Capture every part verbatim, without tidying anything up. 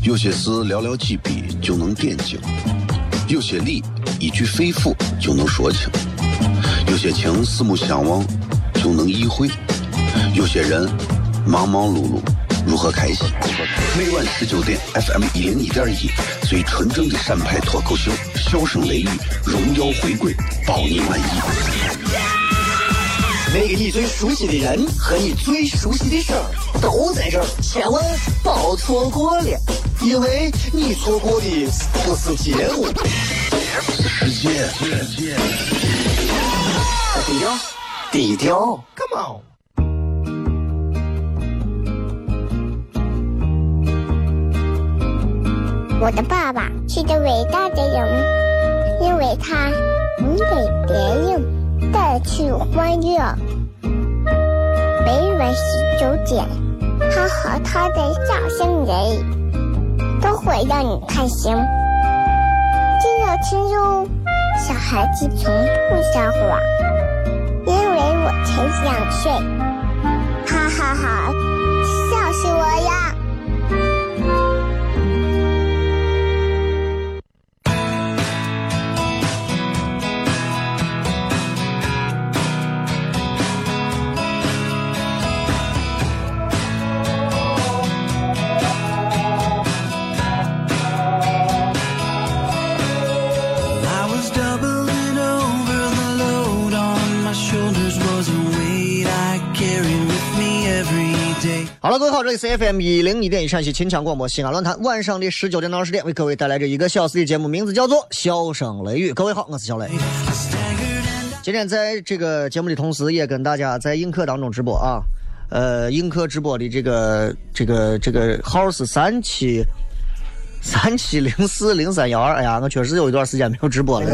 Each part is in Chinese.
有些事寥寥几笔就能点睛，有些理一句肺腑就能说清，有些情四目相望就能意会，有些人忙忙碌碌如何开心。每晚十九点 F M 一零一点一，最纯正的陕派脱口秀，笑声雷雨，荣耀回归，保你满意。 那个你最熟悉的人和你最熟悉的事儿都在这儿，千万别错过了，因为你错过的不是节目， 世界。 低调，低调 ，Come on。 我的爸爸是个伟大的人，因为他能给别人带去欢乐。每晚十九点，他和他的笑声人，都会让你开心。记得听哟，小孩子从不撒谎，因为我才两岁。哈哈哈，笑死我呀！ 好了，各位好，这里是 F M 一零一点一陕西秦腔广播西安论坛，晚上的十九点到二十点为各位带来这一个小时的节目，名字叫做笑声雷雨。各位好，我是小雷。今天在这个节目的同时，也跟大家在映客当中直播啊。呃，映客直播的这个这个这个号是三七三七零四零三幺二。哎呀，我确实有一段时间没有直播了。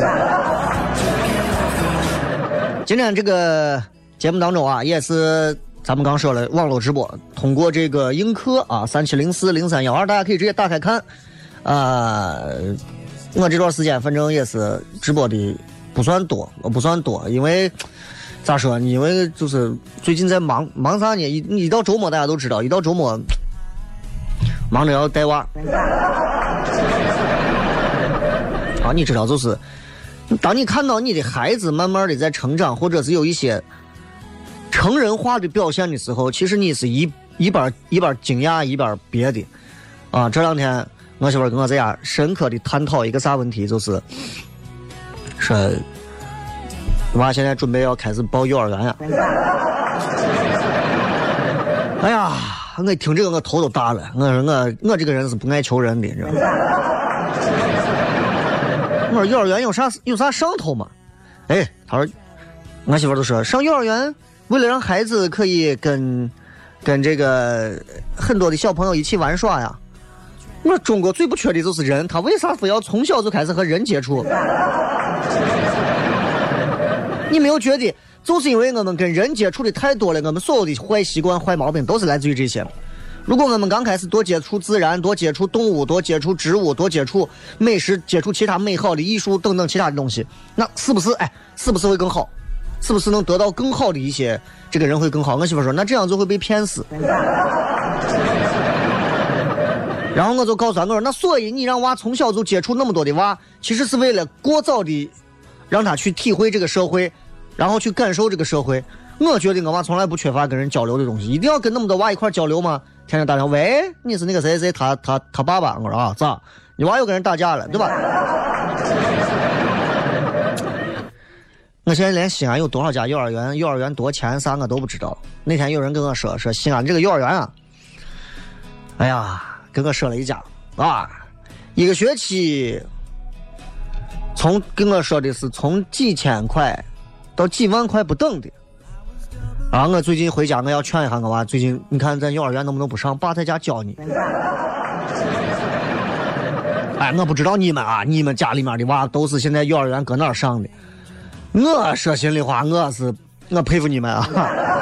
今天这个节目当中啊，也是。咱们刚说了，网络直播通过这个映客啊，三七零四零三幺二，大家可以直接打开看。啊、呃，我这段时间反正也是直播的不算多，不算多，因为咋说呢？因为就是最近在忙忙啥呢？一一到周末大家都知道，一到周末忙着要带娃啊，你知道，就是当你看到你的孩子慢慢的在成长，或者是有一些。成人化的表现的时候，其实你是一一边一边惊讶一边别的啊。这两天我媳妇跟我在家深刻的探讨一个啥问题，就是说娃现在准备要开始报幼儿园呀。哎呀，我一听这个我头都大了。我说我我这个人是不爱求人的，你知道吗？我说幼儿园有啥有啥上头嘛？哎，他说我媳妇都说上幼儿园。为了让孩子可以跟跟这个很多的小朋友一起玩耍呀，我说中国最不缺的就是人，他为啥非要从小就开始和人接触？你没有觉得就是因为我们跟人接触的太多了，我们所有的坏习惯坏毛病都是来自于这些。如果我们刚开始多接触自然，多接触动物，多接触植物，多接触美食，接触其他美好的艺术等等其他的东西，那是不是哎是不是会更好？是不是能得到更好的一些？这个人会更好。我媳妇说，那这样就会被骗死。然后我就告诉他，我说，那所以你让娃从小就接触那么多的娃，其实是为了过早的让他去体会这个社会，然后去感受这个社会。我觉得我娃从来不缺乏跟人交流的东西，一定要跟那么多娃一块交流吗？天天打电话，喂，你是那个谁谁他他他爸爸？我说啊，咋？你娃又跟人打架了，对吧？我现在连西安有多少家幼儿园，幼儿园多钱啥我都不知道。那天有人跟我说，说西安这个幼儿园啊，哎呀，跟我说了一家啊，一个学期从跟我说的是从几千块到几万块不等的。啊，我最近回家我要劝一下我娃，最近你看咱幼儿园能不能不上，爸在家教你。哎，我不知道你们啊，你们家里面的娃都是现在幼儿园搁哪儿上的？我说心里话，我是我佩服你们啊！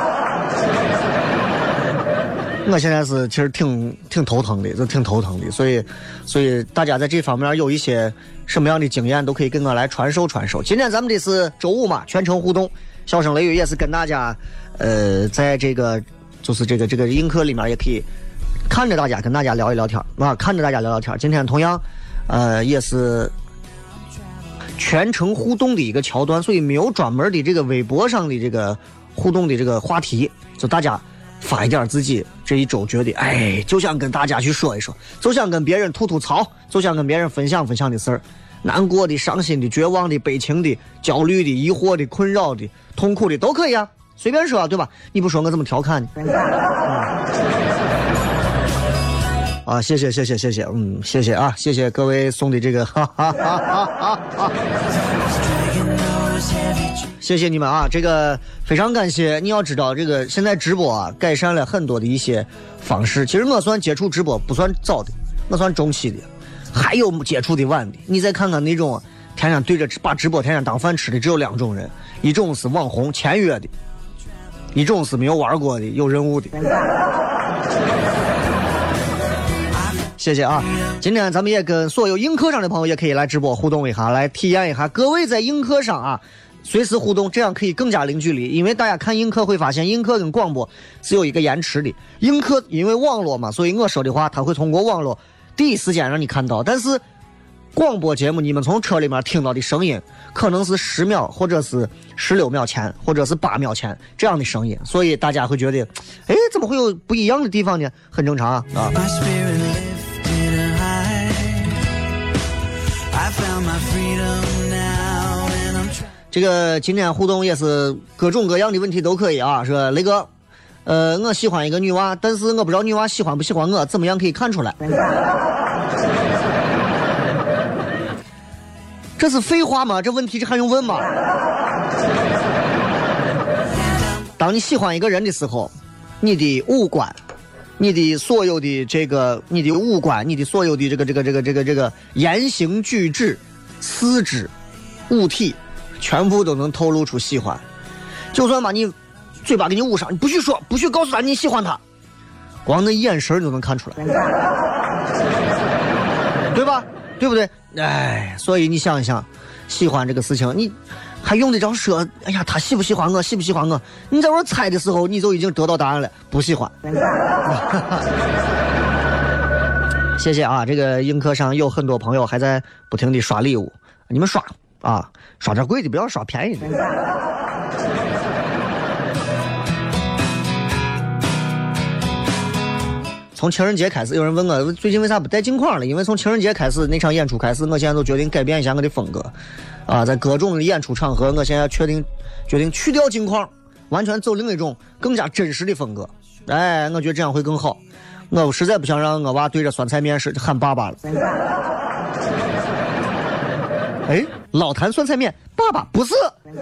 我现在是其实挺挺头疼的，就挺头疼的，所以所以大家在这方面有一些什么样的经验，都可以跟我来传授传授。今天咱们这是周五嘛，全程互动，笑声雷雨也是跟大家呃，在这个就是这个这个映客里面也可以看着大家跟大家聊一聊天啊，看着大家聊聊天。今天同样，呃，也是全程互动的一个桥段，所以没有专门的这个微博上的这个互动的这个话题，就大家发一点自己这一周觉得，哎，就想跟大家去说一说，就想跟别人吐吐槽，就想跟别人分享分享的事儿，难过的、伤心的、绝望的、悲情的、焦虑的、疑惑的、困扰的、痛苦的都可以啊，随便说，对吧？你不说我怎么调侃呢？啊，谢谢谢谢谢谢，嗯，谢谢啊，谢谢各位送的这个，哈哈哈哈哈，谢谢你们啊，这个非常感谢。你要知道，这个现在直播啊，改善了很多的一些方式。其实我算接触直播不算早的，我算中期的，还有接触的晚的。你再看看那种天天对着把直播天天当饭吃的，只有两种人，一种是网红签约的，一种是没有玩过的有任务的。谢谢啊！今天咱们也跟所有映客上的朋友也可以来直播互动一下，来体验一下各位在映客上啊随时互动，这样可以更加零距离。因为大家看映客会发现，映客跟广播是有一个延迟的。映客因为网络嘛，所以我说的话它会通过网络第一时间让你看到，但是广播节目你们从车里面听到的声音可能是十秒或者是十六秒前或者是八秒前这样的声音，所以大家会觉得哎，怎么会有不一样的地方呢？很正常啊啊。这个今天互动也是各种各样的问题都可以啊，说雷哥，呃，我喜欢一个女娃，但是我不知道女娃喜欢不喜欢我，怎么样可以看出来？这是废话吗？这问题这还用问吗？当你喜欢一个人的时候，你的五官，你的所有的这个，你的五官，你的所有的这个这个这个这个这个言行举止、四肢、物体，全部都能透露出喜欢。就算把你嘴巴给你捂上，你不许说，不许告诉他你喜欢他，光那眼神都能看出来，对吧？对不对？哎，所以你想一想，喜欢这个事情，你还用得着说？哎呀，他喜不喜欢我？喜不喜欢我？你在我猜的时候，你就已经得到答案了，不喜欢。谢谢啊！这个映客上有很多朋友还在不停地刷礼物，你们刷啊，刷点贵的，不要刷便宜的。从情人节开始，有人问我最近为啥不带镜框了？因为从情人节开始那场演出开始，我现在都决定改变一下我的风格，啊，在各种的演出场合，我现在确定决定去掉镜框，完全走另一种更加真实的风格。哎，我觉得这样会更好。我实在不想让我娃对着酸菜面是喊爸爸了。哎，老坛酸菜面，爸爸不是。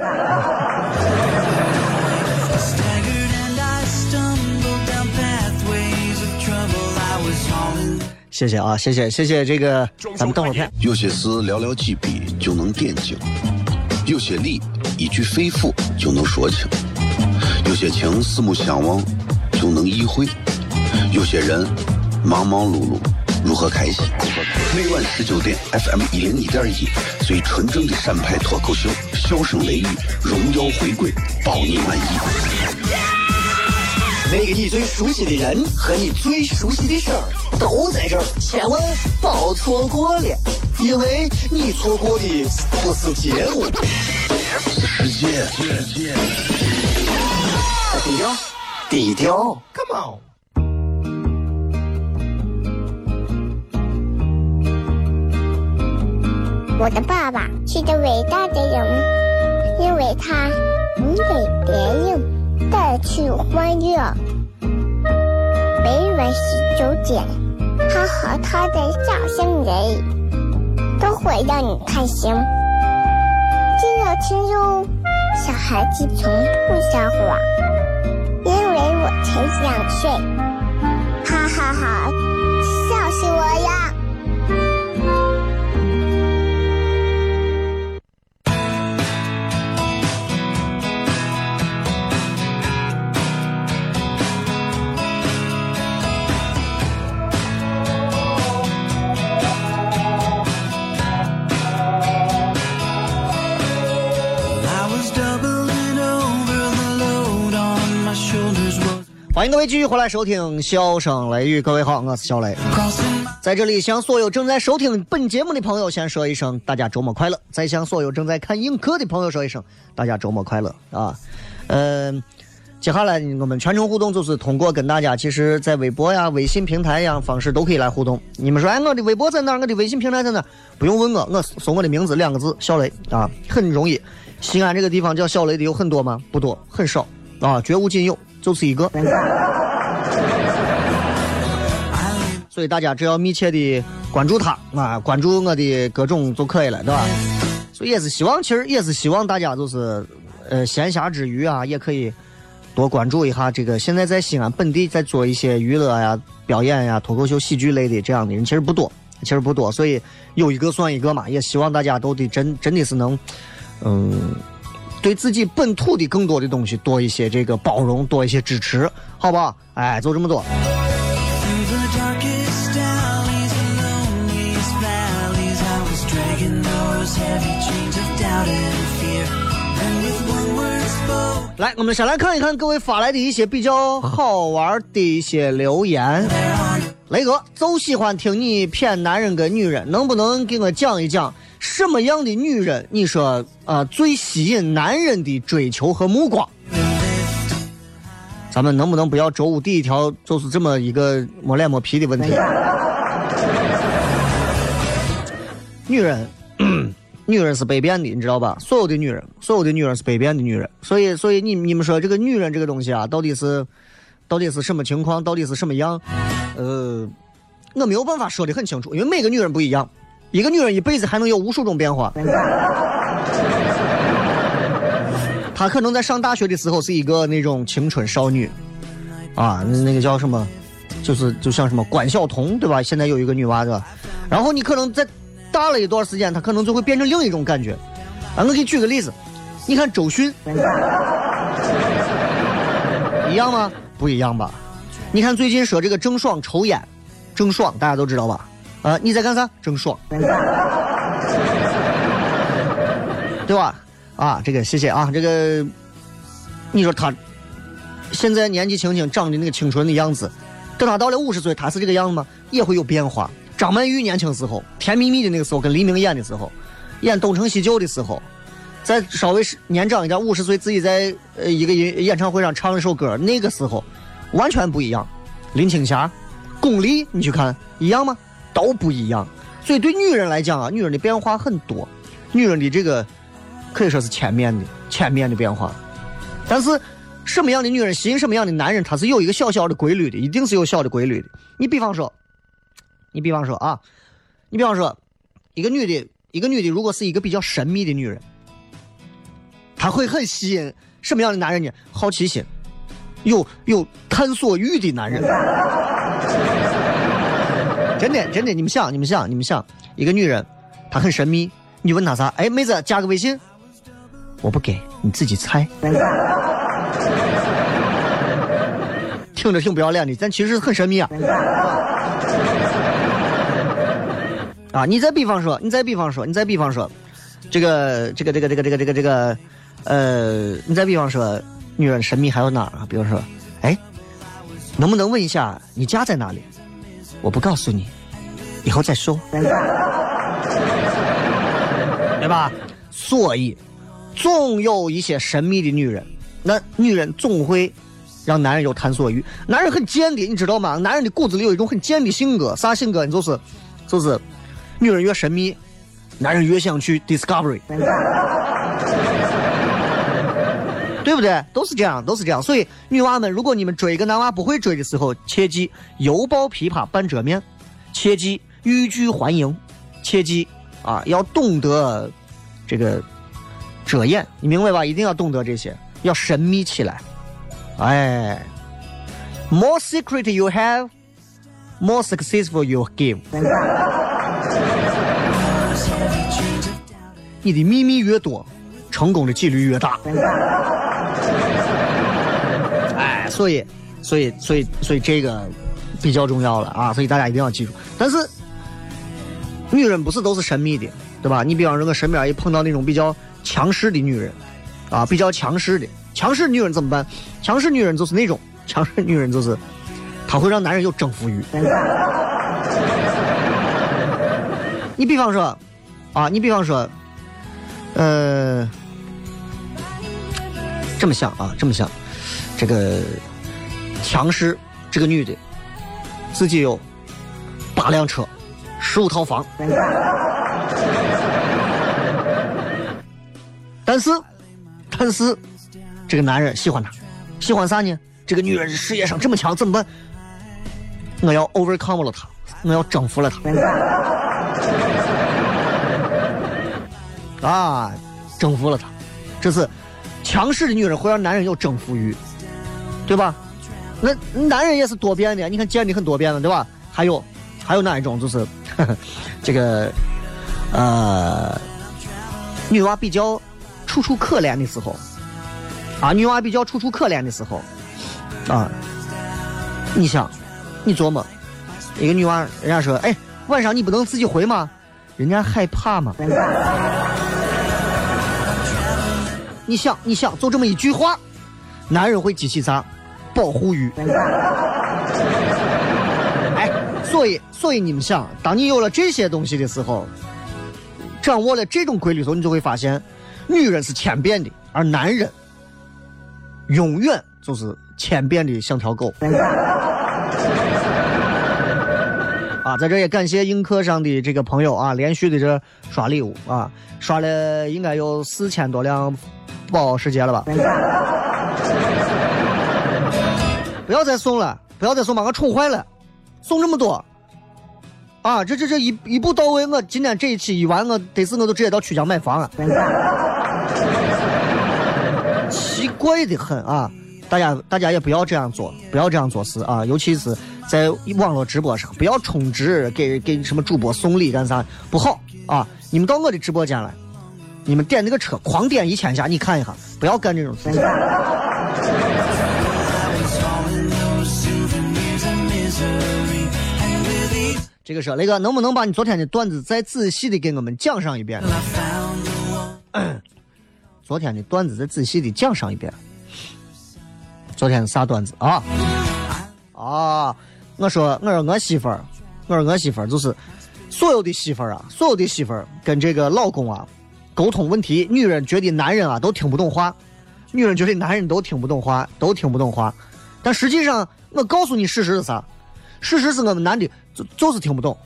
谢谢啊，谢谢谢谢这个，咱们等会儿片。 有些事寥寥几笔就能点睛，有些力一句肺腑就能说清，有些情四目相望就能意会，有些人忙忙碌碌如何开心？每晚十九点 F M 一零一点一，最纯正的陕派脱口秀，笑声雷雨，荣耀回归，保你满意。 那个你最熟悉的人和你最熟悉的事儿都在这儿，千万别错过了，因为你错过的不是节目， 是世界。 低调，低调 ，Come on。 我的爸爸是个伟大的人，因为他能给别人带去欢乐。每晚十九点，他和他的笑声人，都会让你开心。记得听哟，小孩子从不撒谎，因为我才两岁。哈哈哈，笑死我呀！ 欢迎各位继续回来收听笑声雷雨，各位好，我是小雷。在这里向所有正在收听本节目的朋友先说一声大家周末快乐，再向所有正在看映客的朋友说一声大家周末快乐啊。嗯、呃，接下来我们全程互动就是通过跟大家其实在微博呀微信平台呀方式都可以来互动。你们说哎我的微博在哪儿，我的微信平台在哪儿，不用问我，我搜我的名字两个字小雷啊，很容易。西安这个地方叫小雷的有很多吗？不多，很少啊，绝无仅有，就是一个。所以大家只要密切的关注他啊，关注我的各种就可以了，对吧？所以也是希望，其实也是希望大家就是呃闲暇之余啊，也可以多关注一下这个现在在西安本地在做一些娱乐呀、表演呀、脱口秀、喜剧类的这样的人其实不多，其实不多，所以有一个算一个嘛，也希望大家都得真真的是能嗯。对自己本土的更多的东西多一些这个包容，多一些支持，好不好？哎，就这么多。来，我们先来看一看各位发来的一些比较好玩的一些留言。雷哥，就喜欢听你骗男人跟女人，能不能给我讲一讲什么样的女人你说啊、呃、最吸引男人的追求和目光？咱们能不能不要周五第一条就是这么一个摸脸摸皮的问题？女人女人是被变的，你知道吧？所有的女人所有的女人是被变的女人，所以所以你你们说这个女人这个东西啊，到底是到底是什么情况，到底是什么样？呃我没有办法说得很清楚，因为每个女人不一样，一个女人一辈子还能有无数种变化。她可能在上大学的时候是一个那种青春少女啊，那个叫什么，就是就像什么关晓彤，对吧？现在有一个女娃子，然后你可能在大了一段时间，她可能就会变成另一种感觉。啊，我给你举个例子，你看周迅，一样吗？不一样吧？你看最近说这个郑爽抽烟，郑爽大家都知道吧？啊、呃，你在干啥？郑爽，对吧？啊，这个谢谢啊，这个你说他现在年纪轻轻长的那个青春的样子，等他到了五十岁，他是这个样子吗？也会有变化。张曼玉年轻时候甜蜜蜜的那个时候，跟黎明演的时候，演东成西就的时候，再稍微年长一点，五十岁自己在呃一个演唱会上唱了一首歌，那个时候完全不一样。林青霞、巩俐，你去看一样吗？都不一样。所以对女人来讲啊，女人的变化很多，女人的这个可以说是千面的千面的变化。但是什么样的女人吸引什么样的男人，它是有一个小小的规律的，一定是有小的规律的。你比方说你比方说啊你比方说一个女的一个女的如果是一个比较神秘的女人，她会很吸引什么样的男人呢？好奇心，有有探索欲的男人。真的真的，你们想你们想你们想一个女人她很神秘，你问她啥？哎，妹子加个微信，我不给，你自己猜。听着挺不要脸的，但其实很神秘啊。啊，你再比方说你再比方说你再比方说这个这个这个这个这个这个这个呃你再比方说女人神秘还有哪儿啊？比如说哎，能不能问一下你家在哪里？我不告诉你，以后再说。对吧？所以总有一些神秘的女人，那女人总会让男人有探索欲。男人很贱的，你知道吗？男人的骨子里有一种很贱的性格，啥性格？你就是就是女人越神秘，男人越想去 discovery。对不对？都是这样，都是这样。所以女娃们，如果你们追一个男娃不会追的时候，切记犹抱琵琶半遮面，切记欲拒还迎，切记啊，要懂得这个遮掩，你明白吧？一定要懂得这些，要神秘起来。哎 ，more secret you have, more successful you give。你的秘密越多，成功的几率越大。哎，所以，所以，所以，所以这个比较重要了啊！所以大家一定要记住。但是，女人不是都是神秘的，对吧？你比方说，我身边一碰到那种比较强势的女人，啊，比较强势的，强势女人怎么办？强势女人就是那种强势女人就是她会让男人有征服欲。你比方说啊，你比方说，呃，这么想啊，这么想，这个强势这个女的自己有八辆车，十五套房，但是，但是这个男人喜欢她，喜欢啥呢？这个女人事业上这么强，怎么办？我要 overcome 了她，我要征服了她。啊，征服了她，这是强势的女人会让男人有征服欲，对吧？那男人也是多变的，你看见的很多变了，对吧？还有还有哪一种就是呵呵这个呃女娃比较楚楚可怜的时候啊，女娃比较楚楚可怜的时候啊，你想你琢磨一个女娃，人家说哎晚上你不能自己回吗？人家害怕吗？你想你想就这么一句话，男人会激起啥？保护欲。哎，所以所以你们想，当你有了这些东西的时候，掌握了这种规律的时候，你就会发现女人是千变的，而男人永远就是千变的像条狗。啊，在这也感谢映客上的这个朋友啊，连续的这刷礼物啊，刷了应该有四千多辆保时捷了吧？不要再送了，不要再送，把我宠坏了，送这么多啊！这这这一一步到位，我今天这一期一完，我得是我都直接到曲江买房了，奇怪的很啊！大家大家也不要这样做，不要这样做事啊！尤其是在网络直播上，不要充值给给什么主播送礼干啥不好啊！你们到我的直播间来，你们点那个车狂点一千下，你看一下，不要干这种事情。这个说雷哥，能不能把你昨天的段子再仔细的给我们讲上一遍？昨天的段子再仔细的讲上一遍。昨天啥段子啊？啊，我说我说我媳妇儿，我说我媳妇儿就是所有的媳妇儿啊，所有的媳妇儿跟这个老公啊沟通问题，女人觉得男人啊都听不懂话，女人觉得男人都听不懂话，都听不懂话，但实际上我告诉你事实是啥？事实是我们男的就就是听不懂。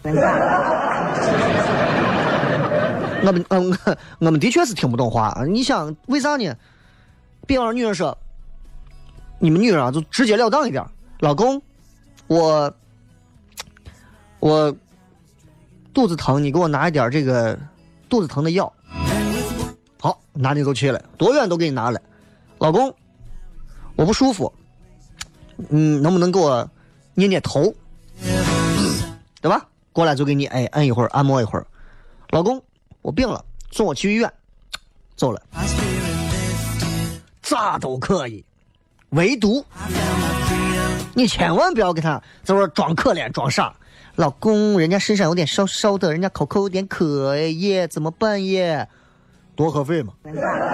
我们嗯，我们的确是听不懂话。你想为啥呢？比方说女人说，你们女人啊就直截了当一点，老公，我我肚子疼，你给我拿一点这个肚子疼的药。好，拿你就去了，多远都给你拿了。老公，我不舒服，嗯，能不能给我捏捏头？对吧？过来就给你哎按一会儿，按摩一会儿。老公，我病了，送我去医院。走了，咋都可以，唯独你千万不要给他在这装可怜装傻。老公，人家身上有点烧烧的，人家口口有点渴耶，怎么办耶？多喝费嘛。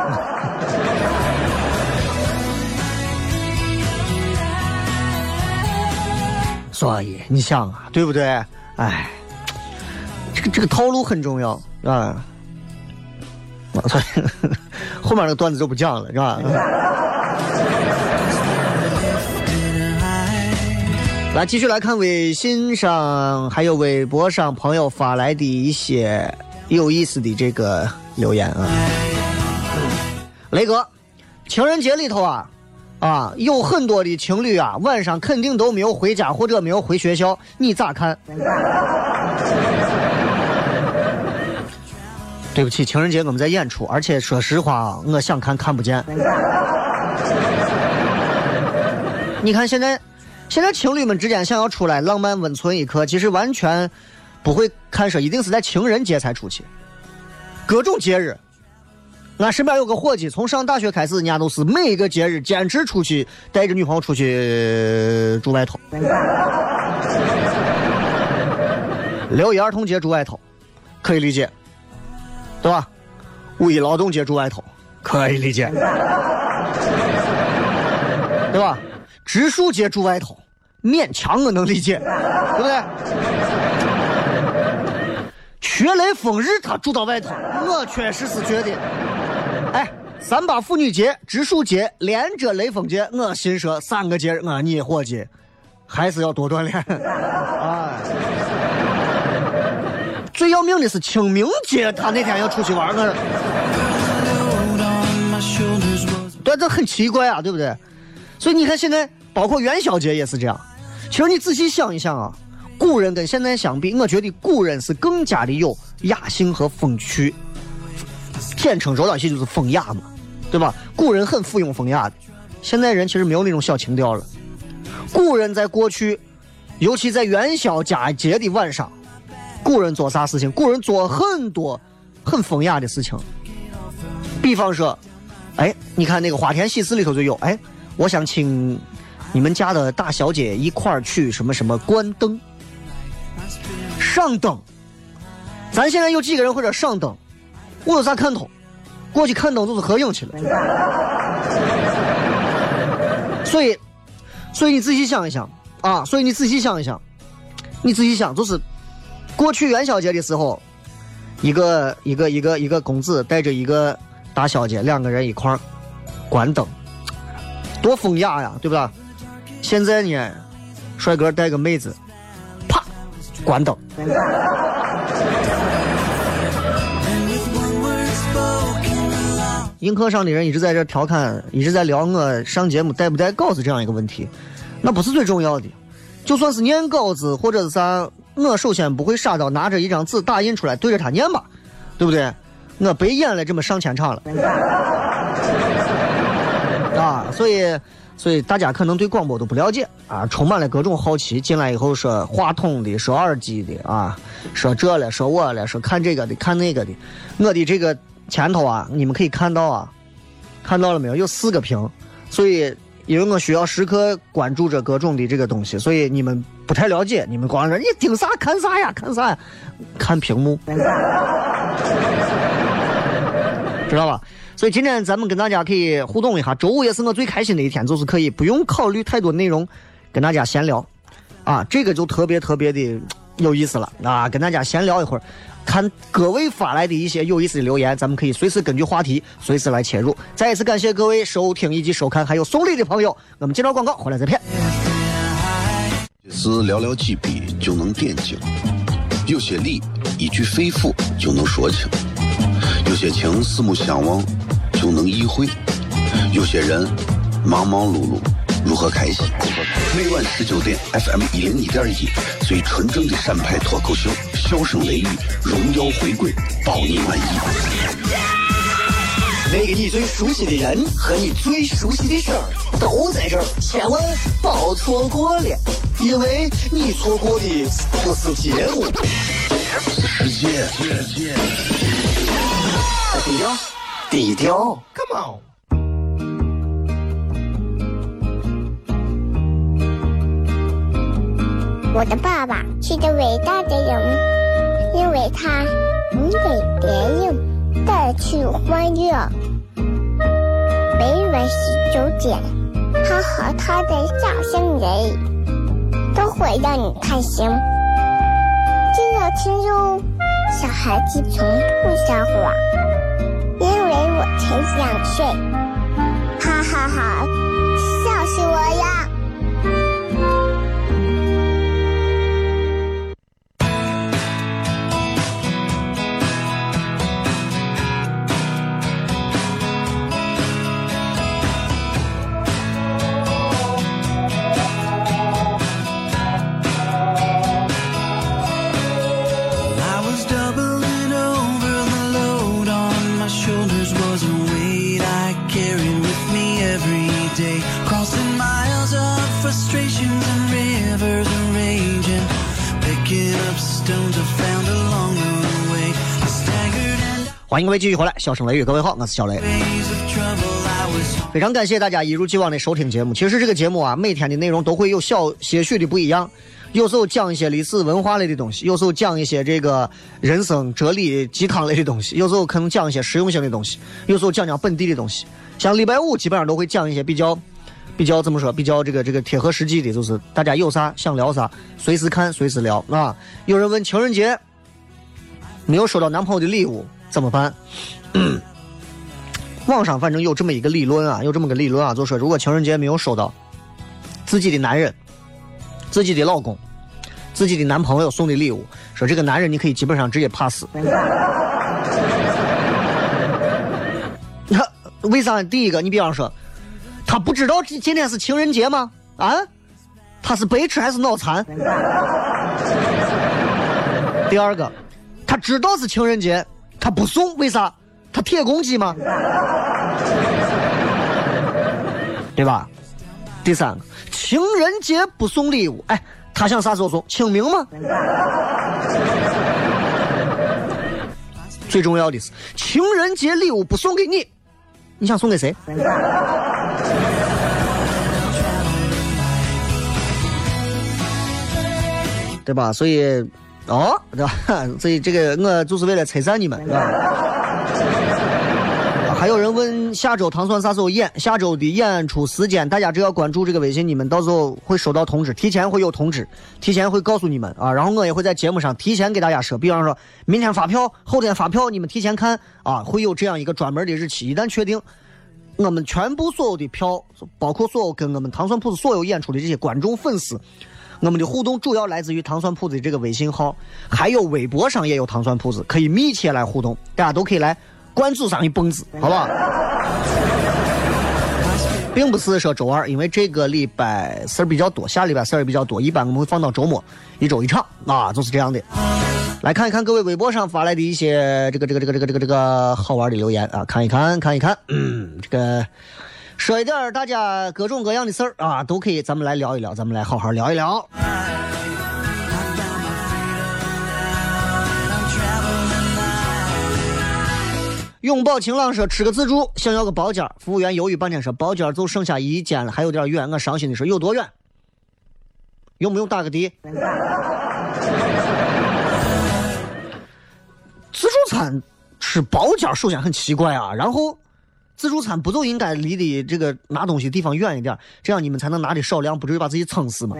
所以你想啊，对不对？哎，这个这个套路很重要啊。所以后面那个段子就不讲了，是吧？来，继续来看微信上还有微博上朋友发来的一些有意思的这个留言啊。雷哥，情人节里头啊。啊，有很多的情侣啊，晚上肯定都没有回家或者没有回学校，你咋看？对不起，情人节我们在演出，而且说实话，我想看看不见。你看现在，现在情侣们之间想要出来浪漫温存一刻，其实完全不会看说一定是在情人节才出去，各种节日。俺身边有个伙计，从上大学开始，人家都是每一个节日坚持出去带着女朋友出去住外头。六一儿童节住外头，可以理解，对吧？五一劳动节住外头，可以理解，对吧？ 植树节住外头，勉强我能理解，对不对？缺雷锋日他住到外头，我确实是觉得，哎，三八妇女节、植树节连着雷锋节，我心说三个节我你伙计还是要多锻炼。哎，最要命的是清明节，他那天要出去玩呢。对，这很奇怪啊，对不对？所以你看现在包括元宵节也是这样。其实你仔细想一想啊，古人跟现在相比，我觉得古人是更加的有雅兴和风趣，简称说到起就是风雅嘛，对吧？古人很附庸风雅的，现在人其实没有那种小情调了。古人在过去，尤其在元宵佳节的晚上，古人做啥事情？古人做很多很风雅的事情，比方说，哎，你看那个花田喜事里头就有，哎，我想请你们家的大小姐一块儿去什么什么关灯、上灯。咱现在有几个人或者上灯？我有啥看头？过去看灯就是合影去了。所以，所以你仔细想一想啊，所以你仔细想一想，你仔细想，就是过去元宵节的时候，一个一个一个一个公子带着一个大小姐，两个人一块儿关灯，多风雅呀，对吧？现在呢，帅哥带个妹子，啪，关灯。映客上的人一直在这调侃，一直在聊我上节目带不带稿子这样一个问题，那不是最重要的。就算是念稿子或者是啥，我首先不会傻到拿着一张纸打印出来对着他念吧，对不对？我被演了这么上千场了啊，所以所以大家可能对广播都不了解啊，充满了各种好奇。进来以后说话筒的，说耳机的啊，说这了，说我了，说看这个的，看那个的。我的这个前头啊，你们可以看到啊，看到了没有？有四个屏，所以因为我需要时刻关注着各种的这个东西，所以你们不太了解，你们光说你盯啥看啥呀，看啥呀？看屏幕，知道吧？所以今天咱们跟大家可以互动一下，周五也是我最开心的一天，就是可以不用考虑太多内容，跟大家闲聊啊，这个就特别特别的有意思了啊，跟大家闲聊一会儿。看各位发来的一些有意思的留言，咱们可以随时根据话题随时来切入。再一次感谢各位收听以及收看还有送礼的朋友，我们接着广告回来再骗。 是寥寥几笔就能点睛，有些力一句肺腑就能说清，有些情四目相望就能意会，有些人忙忙碌碌如何开心？每晚十九点 F M 一零一点一，最纯正的陕派脱口秀，笑声雷雨，荣耀回归，保你满意。 那个你最熟悉的人和你最熟悉的事儿都在这儿，千万别错过了，因为你错过的不是节目， 是世界。 低调，低调 ，Come on。 我的爸爸是个伟大的人，因为他能给别人带去欢乐。每晚十九点，他和他的笑声人，都会让你开心。记得听哟，小孩子从不撒谎，因为我才两岁。哈哈哈，笑死我呀！ 欢迎各位继续回来，笑声雷雨，各位好，我是小雷。非常感谢大家一如既往的收听节目。其实这个节目啊，每天的内容都会有小些许的不一样，有时候讲一些历史文化类的东西，有时候讲一些这个人生哲理鸡汤类的东西，有时候可能讲一些实用性的东西，有时候讲讲本地的东西。像礼拜五基本上都会讲一些比较比较怎么说？比较这个这个贴合实际的，就是大家有啥想聊啥，随时看随时聊啊。有人问情人节没有收到男朋友的礼物怎么办？嗯、网上反正有这么一个理论啊，有这么个理论啊，就是说如果情人节没有收到自己的男人、自己的老公、自己的男朋友送的礼物，说这个男人你可以基本上直接 pass。为啥？第一个，你比方说，他不知道今天是情人节吗？啊，他是白痴还是脑残？第二个，他知道是情人节，他不送，为啥？他铁公鸡吗？对吧？第三个，情人节不送礼物，哎，他想啥时候送？清明吗？最重要的是，情人节礼物不送给你。你想送给谁？对吧？所以，哦，对吧？所以这个我就是为了拆散你们，对吧？还有人问下周糖蒜啥时候演？下周的演出时间，大家只要关注这个微信，你们到时候会收到通知，提前会有通知，提前会告诉你们啊。然后我也会在节目上提前给大家说，比方说明天发票，后天发票，你们提前看啊，会有这样一个专门的日期。一旦确定，我们全部所有的票，包括所有跟我们糖蒜铺子所有演出的这些观众粉丝，我们的互动主要来自于糖蒜铺子的这个微信号，还有微博上也有糖蒜铺子，可以密切来互动，大家都可以来关注上一蹦子，好不好？并不是说周二，因为这个礼拜事儿比较多，下礼拜事儿比较多，一般我们会放到周末，一周一场啊，就是这样的。来看一看各位微博上发来的一些这个这个这个这个这个这个好玩的留言啊，看一看看一看，嗯，这个说一点大家各种各样的事儿啊，都可以，咱们来聊一聊，咱们来好好聊一聊。拥抱晴朗说吃个自助，想要个包间，服务员犹豫半天说包间就剩下一间了，还有点远，我伤心的说有多远？用不用打个的？自助餐吃包间首先很奇怪啊，然后自助餐不就应该离的这个拿东西地方远一点，这样你们才能拿的少量，不至于把自己撑死吗？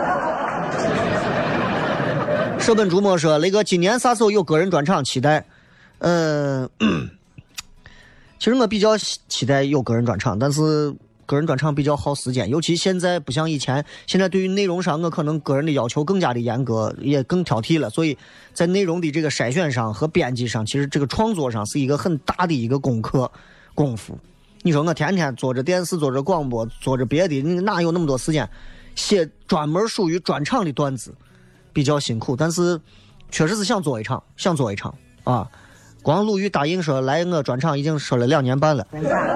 舍本逐末说雷哥今年啥时候有个人专场期待？呃。其实我比较期待有个人专场，但是个人专场比较耗时间，尤其现在不像以前，现在对于内容上我可能个人的要求更加的严格，也更挑剔了，所以在内容的这个筛选上和编辑上，其实这个创作上是一个很大的一个功课功夫。你说我天天做着电视，做着广播，做着别的，你哪有那么多时间写专门属于专场的段子？比较辛苦，但是确实是想做一场，想做一场啊。光陆玉答应说来我专场已经说了两年半了，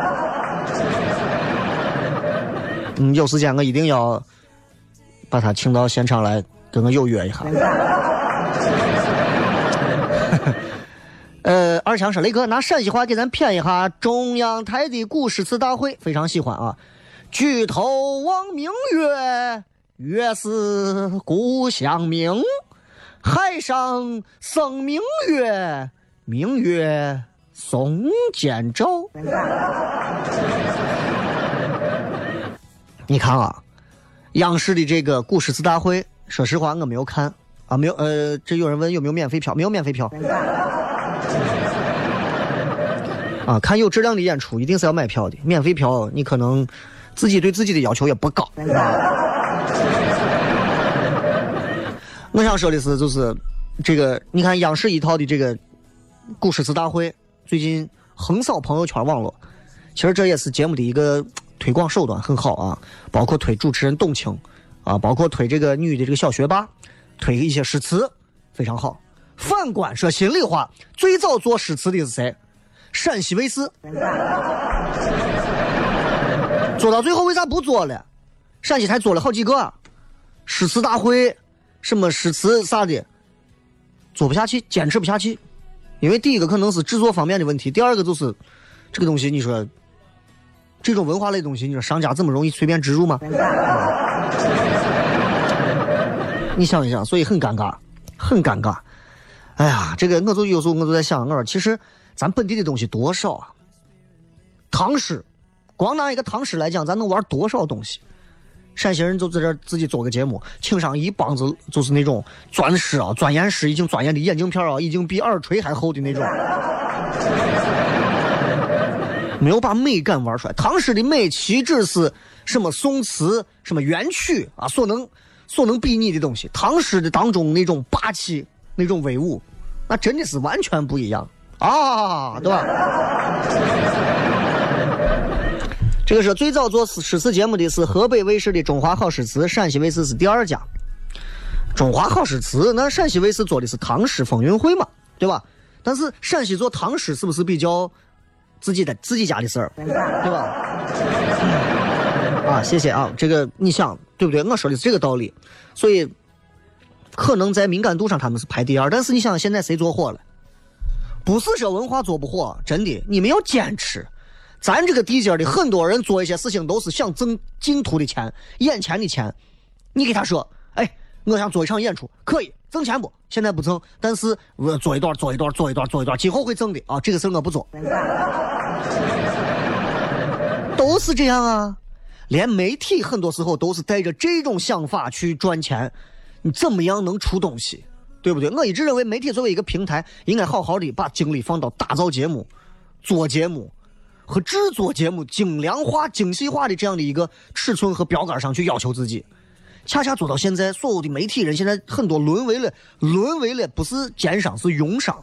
嗯，有时间我一定要把他请到现场来跟我有约一下。呃，二强说雷哥拿陕西话给咱谝一下中央台的古诗词大会，非常喜欢啊。举头望明月，月是故乡明，海上生明月，明月松间照。你看啊，央视的这个古诗词大会，说实话我没有看啊，没有。呃，这有人问有没有免费票，没有免费票。啊，看有质量的演出一定是要买票的，免费票你可能自己对自己的要求也不高。我想说的是，就是这个，你看央视一套的这个古诗词大会，最近横扫朋友圈网络，其实这也是节目的一个推广手段，很好啊，包括推主持人董卿啊，包括推这个女的这个小学霸，推一些诗词，非常好。反观说心里话，最早做诗词的是谁？陕西卫视。做到最后为啥不做了？陕西台做了好几个诗词大会，什么诗词啥的，做不下去，坚持不下去。因为第一个可能是制作方面的问题，第二个就是这个东西，你说这种文化类的东西，你说商家这么容易随便植入吗？你想一想，所以很尴尬，很尴尬。哎呀，这个我就有时候我就在想，我说其实咱本地的东西多少啊，唐诗、 光拿一个唐诗来讲，咱能玩多少东西？陕西人就在这自己做个节目，请上一帮子就是那种钻石啊、钻研师，已经钻研的眼镜片啊，已经比耳垂还厚的那种，没有把美感玩出来。唐诗的美岂止是什么宋词、什么元曲啊所能所能比拟的东西？唐诗的当中那种霸气、那种威武，那真的是完全不一样啊，对吧？这个是最早做诗词节目的是河北卫视的中华好诗词，陕西卫视是第二家。中华好诗词，那陕西卫视做的是唐诗风云会嘛，对吧？但是陕西做唐诗是不是比较自己的自己家的事儿，对吧？啊，谢谢啊，这个你想对不对？我说的是这个道理，所以可能在敏感度上他们是排第二，但是你想现在谁做火了？不是说文化做不火，真的，你们要坚持。咱这个地界的很多人做一些事情都是想挣净土的钱，眼前的钱。你给他说，哎，我想做一场演出，可以挣钱不？现在不挣，但是我做一段，做一段，做一段，做一段，今后会挣的啊！这个事我不做，都是这样啊。连媒体很多时候都是带着这种想法去赚钱，你怎么样能出东西，对不对？我一直认为媒体作为一个平台，应该好好的把精力放到打造节目、做节目和制作节目精良化、精细化的这样的一个尺寸和标杆上去要求自己。恰恰做到现在，所有的媒体人现在很多沦为了沦为了不是奸商，是庸商，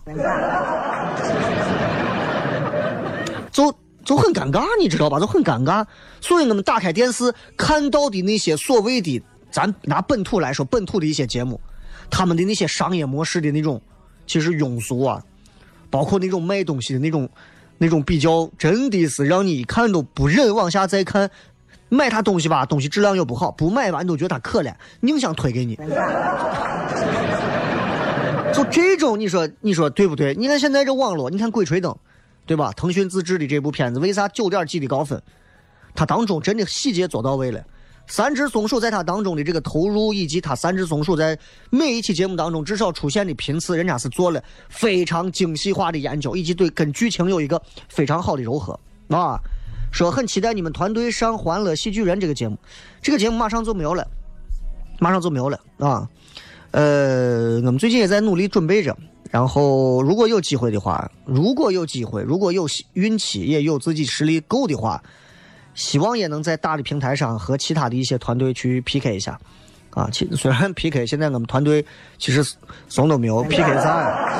就就很尴尬，你知道吧？就很尴尬。所以我们打开电视看到的那些所谓的，咱拿本土来说，本土的一些节目，他们的那些商业模式的那种其实庸俗啊，包括那种卖东西的那种那种比较，真的是让你一看都不忍往下再看。买他东西吧，东西质量又不好，不买完都觉得他可怜，宁想推给你。就这种，你说你说对不对？你看现在这网络，你看《鬼吹灯》，对吧？腾讯自制的这部片子，为啥九点几的高分？它当中真的细节做到位了。三只松鼠在它当中的这个投入，以及它三只松鼠在每一期节目当中至少出现的频次，人家是做了非常精细化的研究，以及对跟剧情有一个非常好的糅合啊。说很期待你们团队上《欢乐喜剧人》这个节目，这个节目马上就没有了，马上就没有了啊。呃，我们最近也在努力准备着，然后如果有机会的话，如果有机会，如果有运气，也有自己实力够的话，希望也能在大的平台上和其他的一些团队去 P K 一下啊。其虽然 P K 现在我们团队其实怂都没有 P K 啥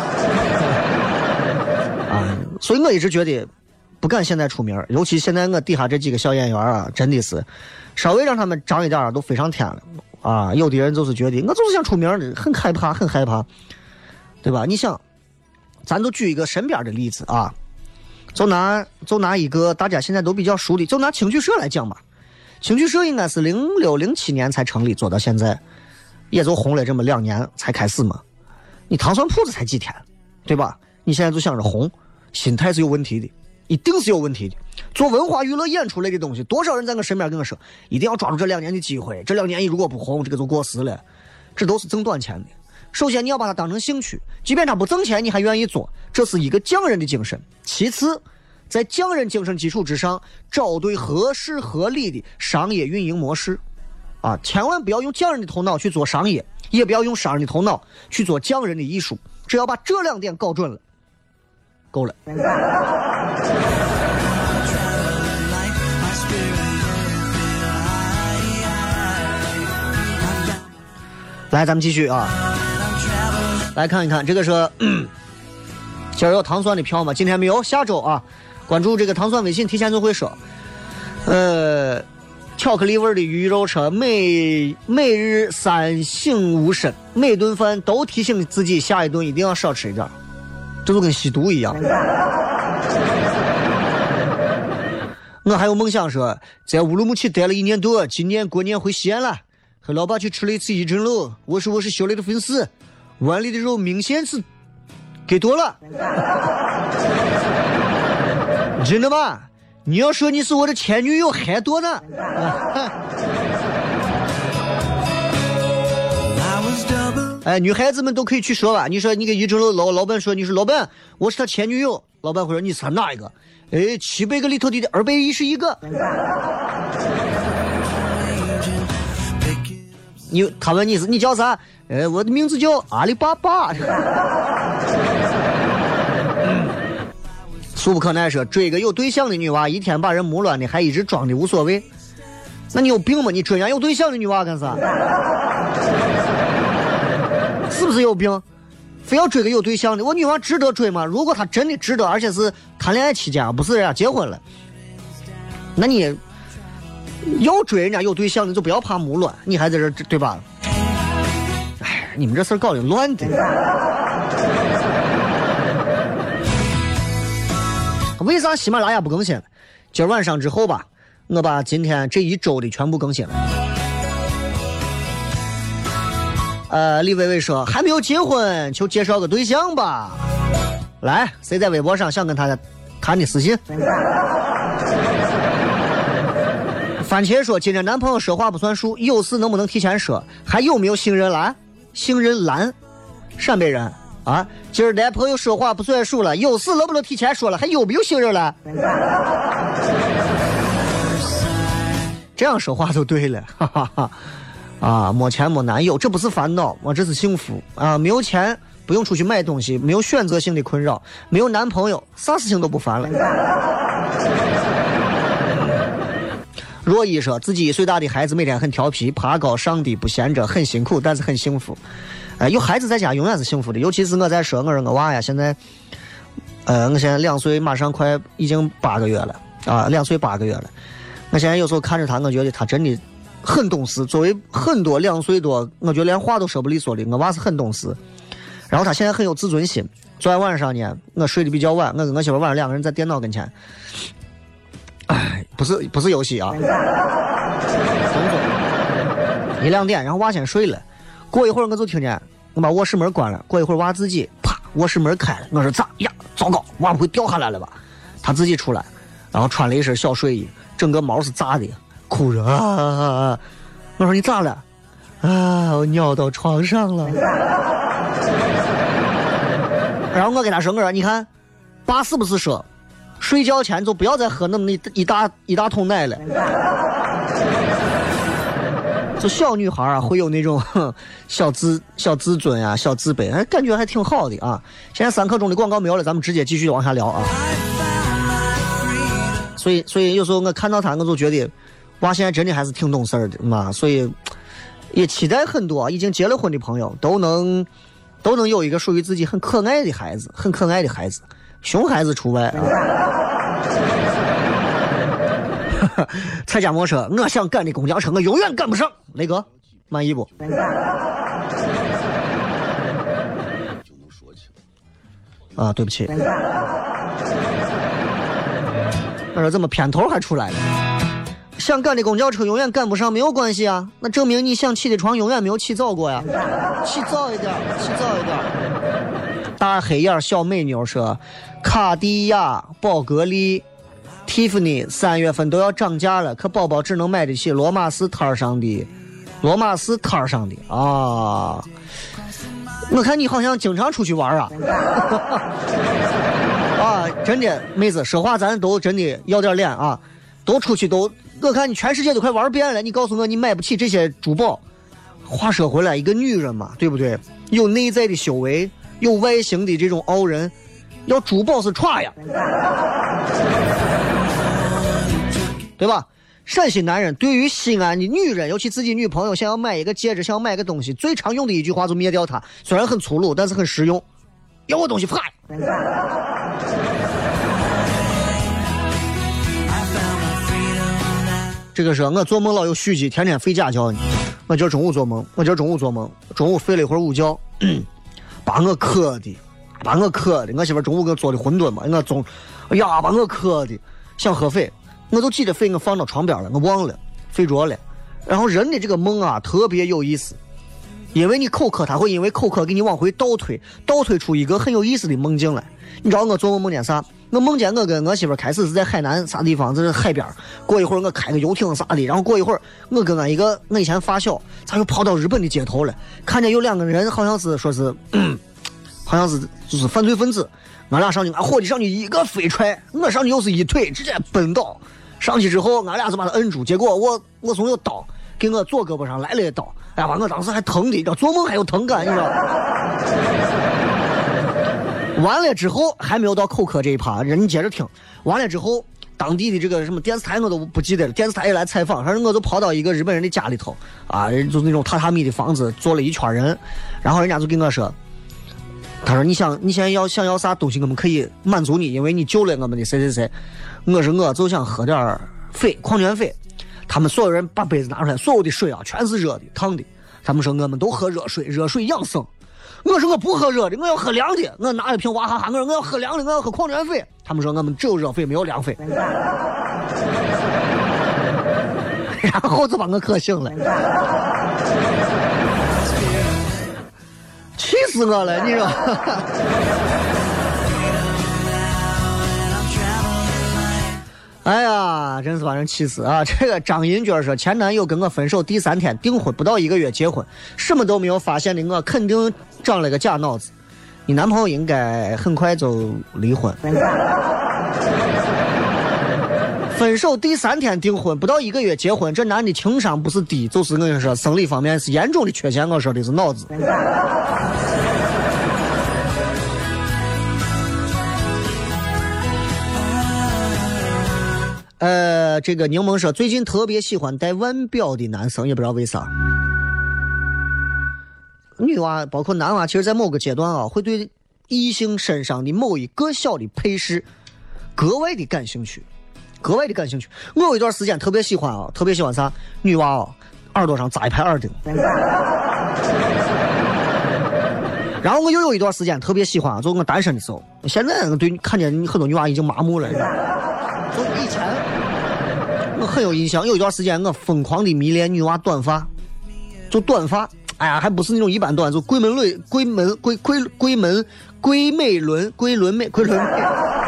啊，所以我一直觉得不敢现在出名，尤其现在我底下这几个小演员啊，真的是稍微让他们长一点都飞上天了啊！有的人就是觉得我就是想出名的，很害怕，很害怕，对吧？你想，咱就举一个身边的例子啊，就拿就拿一个大家现在都比较熟的，就拿青曲社来讲吧。青曲社应该是零六零七年才成立，做到现在也就红了这么两年才开始嘛。你糖蒜铺子才几天，对吧？你现在就想着红，心态是有问题的。一定是有问题的。做文化娱乐演出类的东西，多少人在我身边跟我说，一定要抓住这两年的机会，这两年如果不红，这个就过时了。这都是挣短钱的。首先你要把它当成兴趣，即便它不挣钱，你还愿意做，这是一个匠人的精神。其次，在匠人精神基础之上，找对合适合理的商业运营模式。啊，千万不要用匠人的头脑去做商业，也不要用商人的头脑去做匠人的艺术。只要把这两点搞准了，够了。来，咱们继续啊，来看一看这个是今儿有糖蒜的票吗？今天没有，下周啊，关注这个糖蒜微信提前就会说。呃，巧克力味的鱼肉车，每每日三省吾身，每顿饭都提醒自己下一顿一定要少吃一点，这就跟吸毒一样。我还有梦想说，在乌鲁木齐待了一年多，今年过年回西安了，和老爸去吃了一次一珍肉。我说我是小雷的粉丝，碗里的肉明显是给多了。真的吗？你要说你是我的前女友还多呢。哎，女孩子们都可以去说吧。你说你给一珍肉老老板说你是老板，我是他前女友。 老板会说你猜哪一个？哎，七百个里头的二百一十一个。你他问你是你叫啥？哎，我的名字叫阿里巴巴。俗不可耐说，追个有对象的女娃，一天把人木乱的，还一直装的无所谓。那你有病吗？你追人家有对象的女娃干啥？是不是有病？非要追个有对象的？我女娃值得追吗？如果她真的值得，而且是谈恋爱期间，不是人家结婚了，那你要追人家有对象的，就不要怕木乱，你还在这对吧？哎，你们这事儿搞得乱的。为啥喜马拉雅不更新了？今儿晚上之后吧，我把今天这一周的全部更新了。呃，李伟伟说还没有结婚就介绍个对象吧。来，谁在微博上想跟他谈的私信？番茄说今天男朋友说话不算数，有事能不能提前说？还有没有杏仁蓝？杏仁蓝，陕北人啊，今儿男朋友说话不算数了，有事能不能提前说了？还有没有杏仁蓝？这样说话就对了，哈哈哈。啊，没钱没男友，这不是烦恼，我这是幸福啊！没有钱，不用出去买东西，没有选择性的困扰，没有男朋友，啥事情都不烦了。若一说自己一岁大的孩子每天很调皮，爬高上低不闲着，很辛苦，但是很幸福。呃，有孩子在家永远是幸福的，尤其是我在说我说我娃呀，现在，呃，我现在两岁，马上快已经八个月了啊，两岁八个月了。我现在有时候看着他，我觉得他真的很懂事。作为很多两岁多，我觉得连话都说不利索的，我娃是很懂事。然后他现在很有自尊心。昨天晚上呢，我睡得比较晚，我跟我媳妇晚上两个人在电脑跟前，哎，不是不是游戏啊，工作一两点，然后娃先睡了。过一会儿我就听见我把卧室门关了，过一会儿娃自己啪卧室门开了，我说咋呀？糟糕，娃不会掉下来了吧？他自己出来，然后穿了一身小睡衣，整个毛是炸的，哭着啊！我说你咋了？啊，我尿到床上了。然后我给他说，我说你看，爸是不是说，睡觉前就不要再喝那么一大一大桶奶了。就小女孩啊，会有那种小自小自尊啊，小自卑，感觉还挺好的啊。现在三刻钟的广告没有了，咱们直接继续往下聊啊。所以，所以有时候我看到他，我就觉得，哇，现在真的还是挺懂事的嘛。所以也期待很多已经结了婚的朋友都能都能有一个属于自己很可爱的孩子，很可爱的孩子，熊孩子除外啊。蔡家模说，我想赶的公交车我永远赶不上。雷哥满意不？啊，对不起。我说怎么片头还出来了？想赶的公交车永远赶不上没有关系啊，那证明你想起的床永远没有起早过呀。起早一点，起早一点。大黑眼小美妞说，卡地亚、宝格丽、蒂芙尼三月份都要涨价了，可宝宝只能买得起罗马斯摊上的，罗马斯摊上的啊！我看你好像经常出去玩啊！啊，真的，妹子说话咱都真的要点脸啊！都出去都，我看你全世界都快玩遍了，你告诉我你买不起这些珠宝。话说回来，一个女人嘛，对不对？有内在的修为，有外形的这种傲人，要珠宝是歘呀。对吧？陕西男人对于西安的女人，尤其自己女朋友想要买一个戒指，想要买一个东西，最常用的一句话就灭掉它，虽然很粗鲁，但是很实用。要我东西啪！这个是我做梦老有续集，天天睡假觉呢。我今儿中午做梦，我今儿中午做梦，中午睡了一会儿午觉，把我渴的，把我渴的。我媳妇中午给我做的馄饨嘛，我总，哎呀，把我渴的，想喝水。我都记得肺我放到床边了，我忘了睡着了。然后人的这个梦啊特别有意思，因为你口渴，他会因为口渴给你往回倒推，倒推出一个很有意思的梦境来。你知道我做梦梦见啥？我梦见我跟我媳妇开始是在海南啥地方，这是海边，过一会儿我开个游艇啥的，然后过一会儿我跟我一个我以前发小，咱又跑到日本的街头了，看见有两个人好像是说是嗯好像是就是犯罪分子。俺俩上去，俺伙计上去一个飞踹，我上去又是一腿直接奔倒。上去之后，俺俩就把他摁住，结果我我从有刀给我左胳膊上来了一刀，哎呀，我当时还疼的，你知道，做梦还有疼感，你知道。完了之后还没有到口渴这一趴，人接着听。完了之后，当地的这个什么电视台我都不记得了，电视台也来采访，反正我就跑到一个日本人的家里头啊，就是那种榻榻米的房子，坐了一圈人，然后人家就跟我说，他说你想你现在要想要啥东西，我们可以满足你，因为你救了我们的谁谁谁。我说我就想喝点水，矿泉水。他们所有人把杯子拿出来，所有的水啊全是热的烫的。他们说我们都喝热水，热水养生。我说我不喝热的，我要喝凉的。我拿一瓶娃哈哈，我说我要喝凉的，我要喝矿泉水。他们说我们只有热水没有凉水。然后就把我渴醒了，气死我了，你说。哎呀，真是把人气死啊！这个张银娟说，前男友跟我分手第三天订婚，不到一个月结婚，什么都没有发现的我肯定长了个假脑子。你男朋友应该很快就离婚。分手第三天订婚，不到一个月结婚，这男的情商不是低，就是我跟你说生理方面是严重的缺陷。我说的是脑子。呃，这个柠檬说最近特别喜欢戴腕表的男生，也不知道为啥。女娃包括男娃，其实在某个阶段啊，会对异性身上的某一个小的配饰格外的感兴趣，格外的感兴趣。我有一段时间特别喜欢啊，特别喜欢啥？女娃啊，耳朵上扎一排耳钉。然后我又有一段时间特别喜欢啊，就我单身的时候。现在我对看见很多女娃已经麻木了。就以前我很有印象，有一段时间我疯狂的迷恋女娃短发，就短发，哎呀，还不是那种一般短，就桂门轮、桂门、桂桂桂门、桂美轮、桂纶镁、桂纶镁、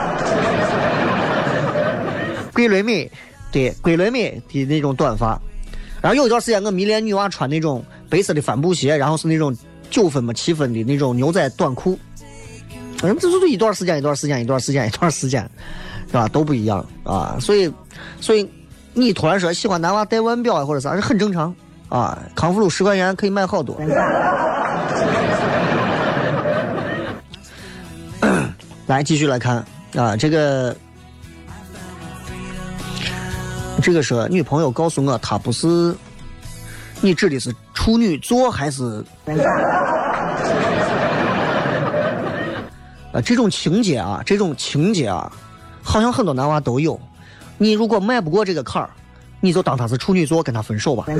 桂纶镁，对，桂纶镁的那种短发。然后有一段时间我迷恋女娃穿那种白色的帆布鞋，然后是那种九分嘛七分的那种牛仔短裤。反正这就是一段时间一段时间一段时间一段时间，是吧？都不一样啊。所以，所以你突然说喜欢男娃戴腕表啊或者啥，是很正常啊。康复鲁十块钱可以买好多。来继续来看啊，这个这个说女朋友告诉我她不是，你指的是处女座还是？呃，这种情节啊，这种情节啊，好像很多男娃都有。你如果迈不过这个坎儿，你就当他是处女座，跟他分手吧。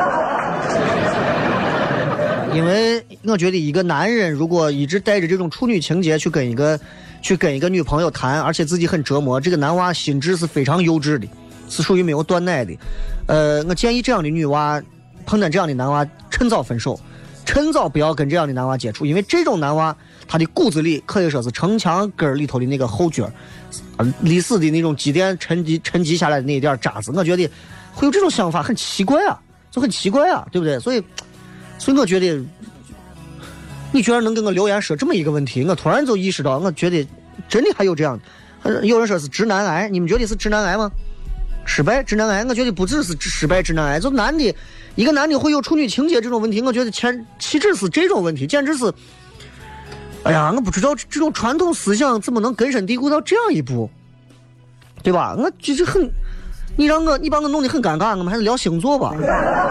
因为我觉得一个男人如果一直带着这种处女情节去跟一个去跟一个女朋友谈，而且自己很折磨，这个男娃心智是非常幼稚的，是属于没有断奶的。呃，我建议这样的女娃碰见这样的男娃，趁早分手，趁早不要跟这样的男娃接触，因为这种男娃他的骨子里可以说是城墙根里头的那个后脚，呃，历史的那种积淀沉积沉积下来的那一点渣子，我觉得会有这种想法很奇怪啊，就很奇怪啊，对不对？所以，所以我觉得，你居然能跟我留言说这么一个问题，我突然就意识到，我觉得真的还有这样的。有人说是直男癌，你们觉得是直男癌吗？失败直男癌，我觉得不只是失败直男癌，就男的一个男的会有处女情节这种问题，我觉得前岂止是这种问题，简直是。哎呀，我不知道这种传统思想怎么能根深蒂固到这样一步，对吧？我就是很，你让我，你把我弄得很尴尬，我们还是聊星座吧。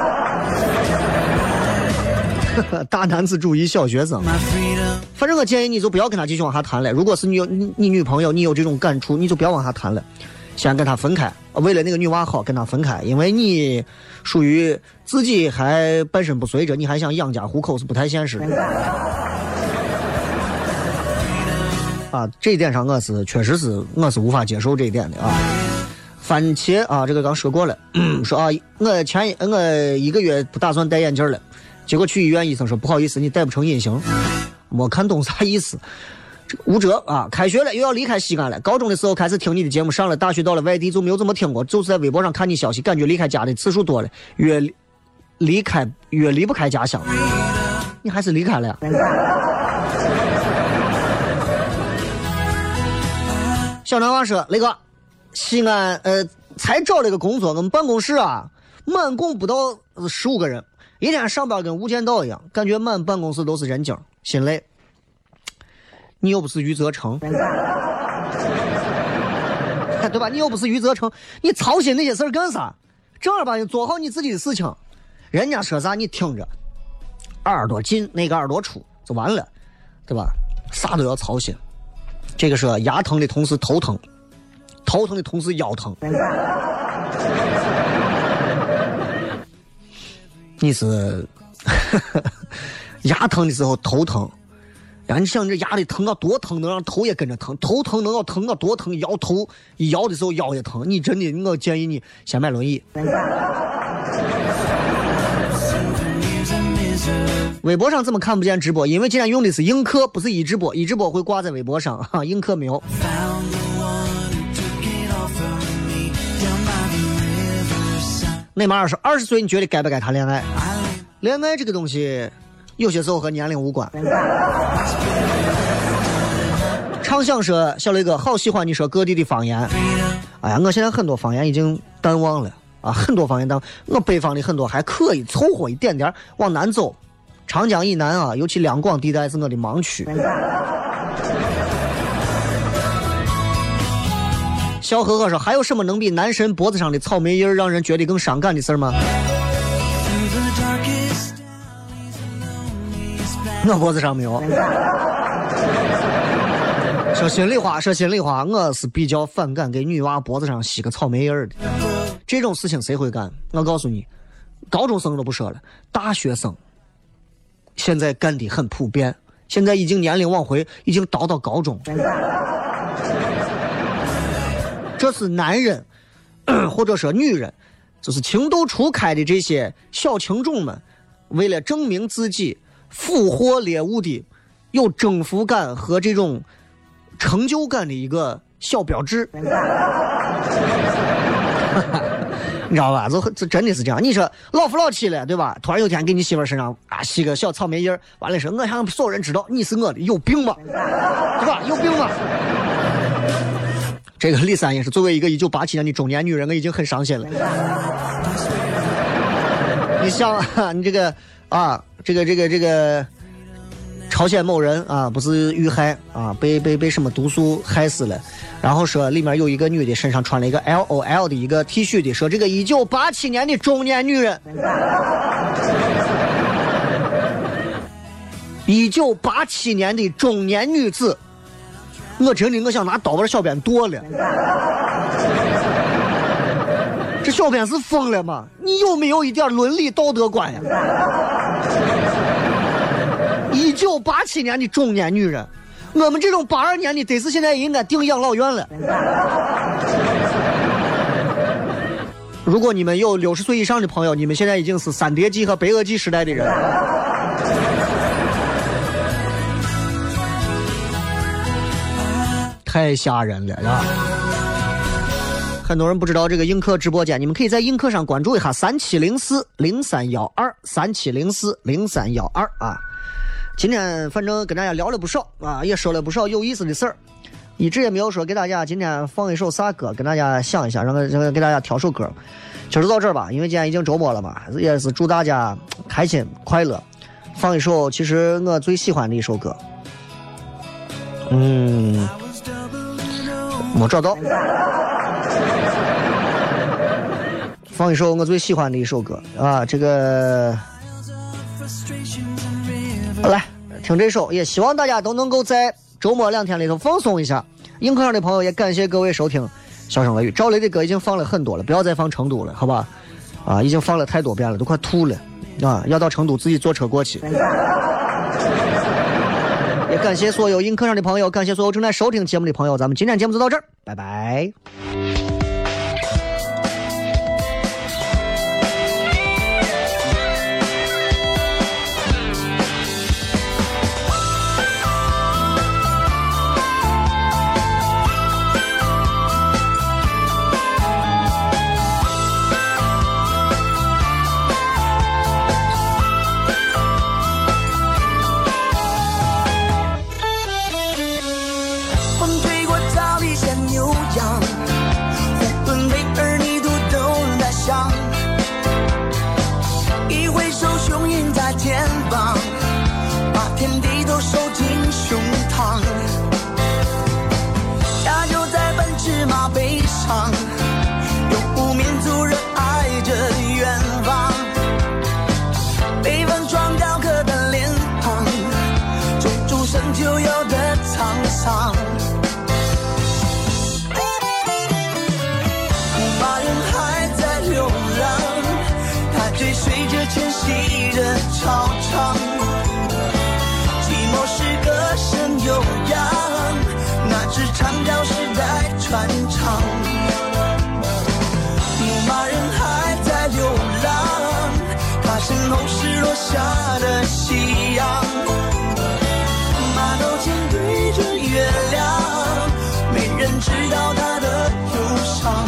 大男子主义小学生，反正我建议你就不要跟他继续往下谈了。如果是你有你你女朋友，你有这种感触，你就不要往下谈了，先跟他分开。为了那个女娃好，跟他分开，因为你属于自己还半身不遂着，你还想养家糊口是不太现实的。啊，这一点上我是确实是我是无法接受这一点的啊。番茄啊，这个刚说过了，嗯、说啊，我前我一个月不打算戴眼镜了，结果去医院，医生说不好意思，你戴不成隐形。我看懂啥意思。这个吴哲啊，开学了又要离开西安了。高中的时候开始听你的节目，上了大学到了外地就没有怎么听过，就是在微博上看你消息，感觉离开家的次数多了，越离开越离不开家乡。你还是离开了呀？ 小南娃说：“雷哥，西安呃才找了个工作，我们办公室啊满共不到十五个人，一天上班跟无间道一样，感觉满办公室都是人精，心累。你又不是余则成，对吧？你又不是余则成，你操心那些事儿干啥？正儿八经做好你自己的事情。人家说啥你听着，耳朵进那个耳朵出就完了，对吧？啥都要操心。这个是牙疼的同时头疼，头疼的同时腰疼。你是牙疼的时候头疼，然后你想这牙里疼到多疼，能让头也跟着疼，头疼能要疼到多疼，摇头一摇的时候腰也疼。你真的，我建议你先买轮椅。微博上怎么看不见直播？因为今天用的是映客，不是一直播，一直播会挂在微博上啊，映客没有。内马尔说：“二十岁你觉得该不该谈恋爱？恋爱这个东西，有些时候和年龄无关。”畅想说：“小雷哥，好喜欢你说各地的方言。哎呀，我现在很多方言已经淡忘了啊，很多方言淡，我北方的很多还可以凑合一点点往南走。长江以南啊，尤其两广地带是我的盲区。”小何何说：“还有什么能比男神脖子上的草莓叶让人觉得更伤感的事吗？”我脖子上没有。说心里话，说心里话，我是比较反感给女娃脖子上吸个草莓叶的。这种事情谁会干？我告诉你，高中生都不说了，大学生现在干的很普遍，现在已经年龄往回，已经倒到高中。这是男人或者说女人，就是情窦初开的这些小情种们，为了证明自己俘获猎物的有征服感和这种成就感的一个小标志。你知道吧？这这真的是这样。你说老夫老妻了，对吧？突然有天给你媳妇身上啊吸个小草莓叶，完了说我想所有人知道你是我的，有病吗？对吧？有病吗？这个李三也是作为一个一九八七年的中年女人，我已经很伤心了。你想啊，你这个啊，这个这个这个朝鲜某人啊，不是遇害啊，被被被什么毒素害死了，然后说里面有一个女的身上穿了一个 L O L 的一个 T 恤的，说这个一九八七年的中年女人，一九八七年的中年女子。我真的我想拿刀把小编剁了。这小编是疯了吗？你有没有一点伦理道德观呀？一九八七年的中年女人，我们这种八二年的得是现在应该订养老院了。如果你们有六十岁以上的朋友，你们现在已经是三叠纪和白垩纪时代的人。太吓人了呀！很多人不知道这个映客直播间，你们可以在映客上关注一下三七零四零三一二三七零四零三一二啊。今天反正跟大家聊了不少啊，也说了不少有意思的事儿，一直也没有说给大家今天放一首啥歌，跟大家想一下，让让给大家挑首歌。就到这儿吧，因为今天已经周末了嘛，也是祝大家开心快乐。放一首其实我最喜欢的一首歌，嗯。没找到，放一首我最喜欢的一首歌啊，这个来听这首，也希望大家都能够在周末两天里头放松一下。映客上的朋友也感谢各位收听笑声雷雨，赵雷的歌已经放了很多了，不要再放成都了，好吧？啊，已经放了太多遍了，都快吐了啊！要到成都自己坐车过去。也感谢所有映客上的朋友，感谢所有正在收听节目的朋友，咱们今天节目就到这儿，拜拜。 风吹过草地上牛支长调时代传唱。牧马人还在流浪，他身后是落下的夕阳。马头琴对着月亮，没人知道他的忧伤。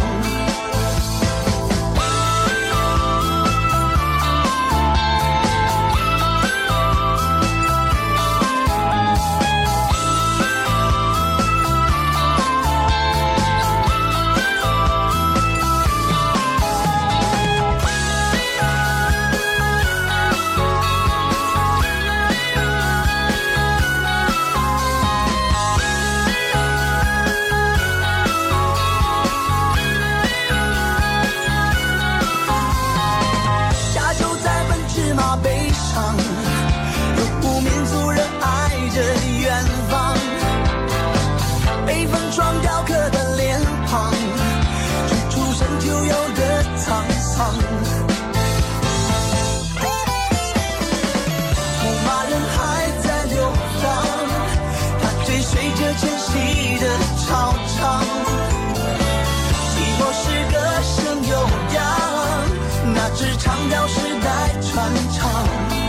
长调时代传唱，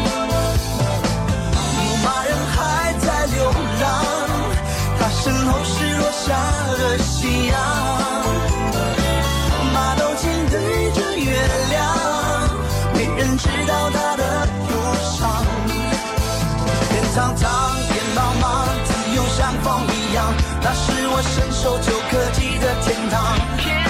牧马人还在流浪，他身后是落下的夕阳。马头琴对着月亮，没人知道他的忧伤。天苍苍，天茫茫，自由像风一样，那是我伸手就可及的天堂。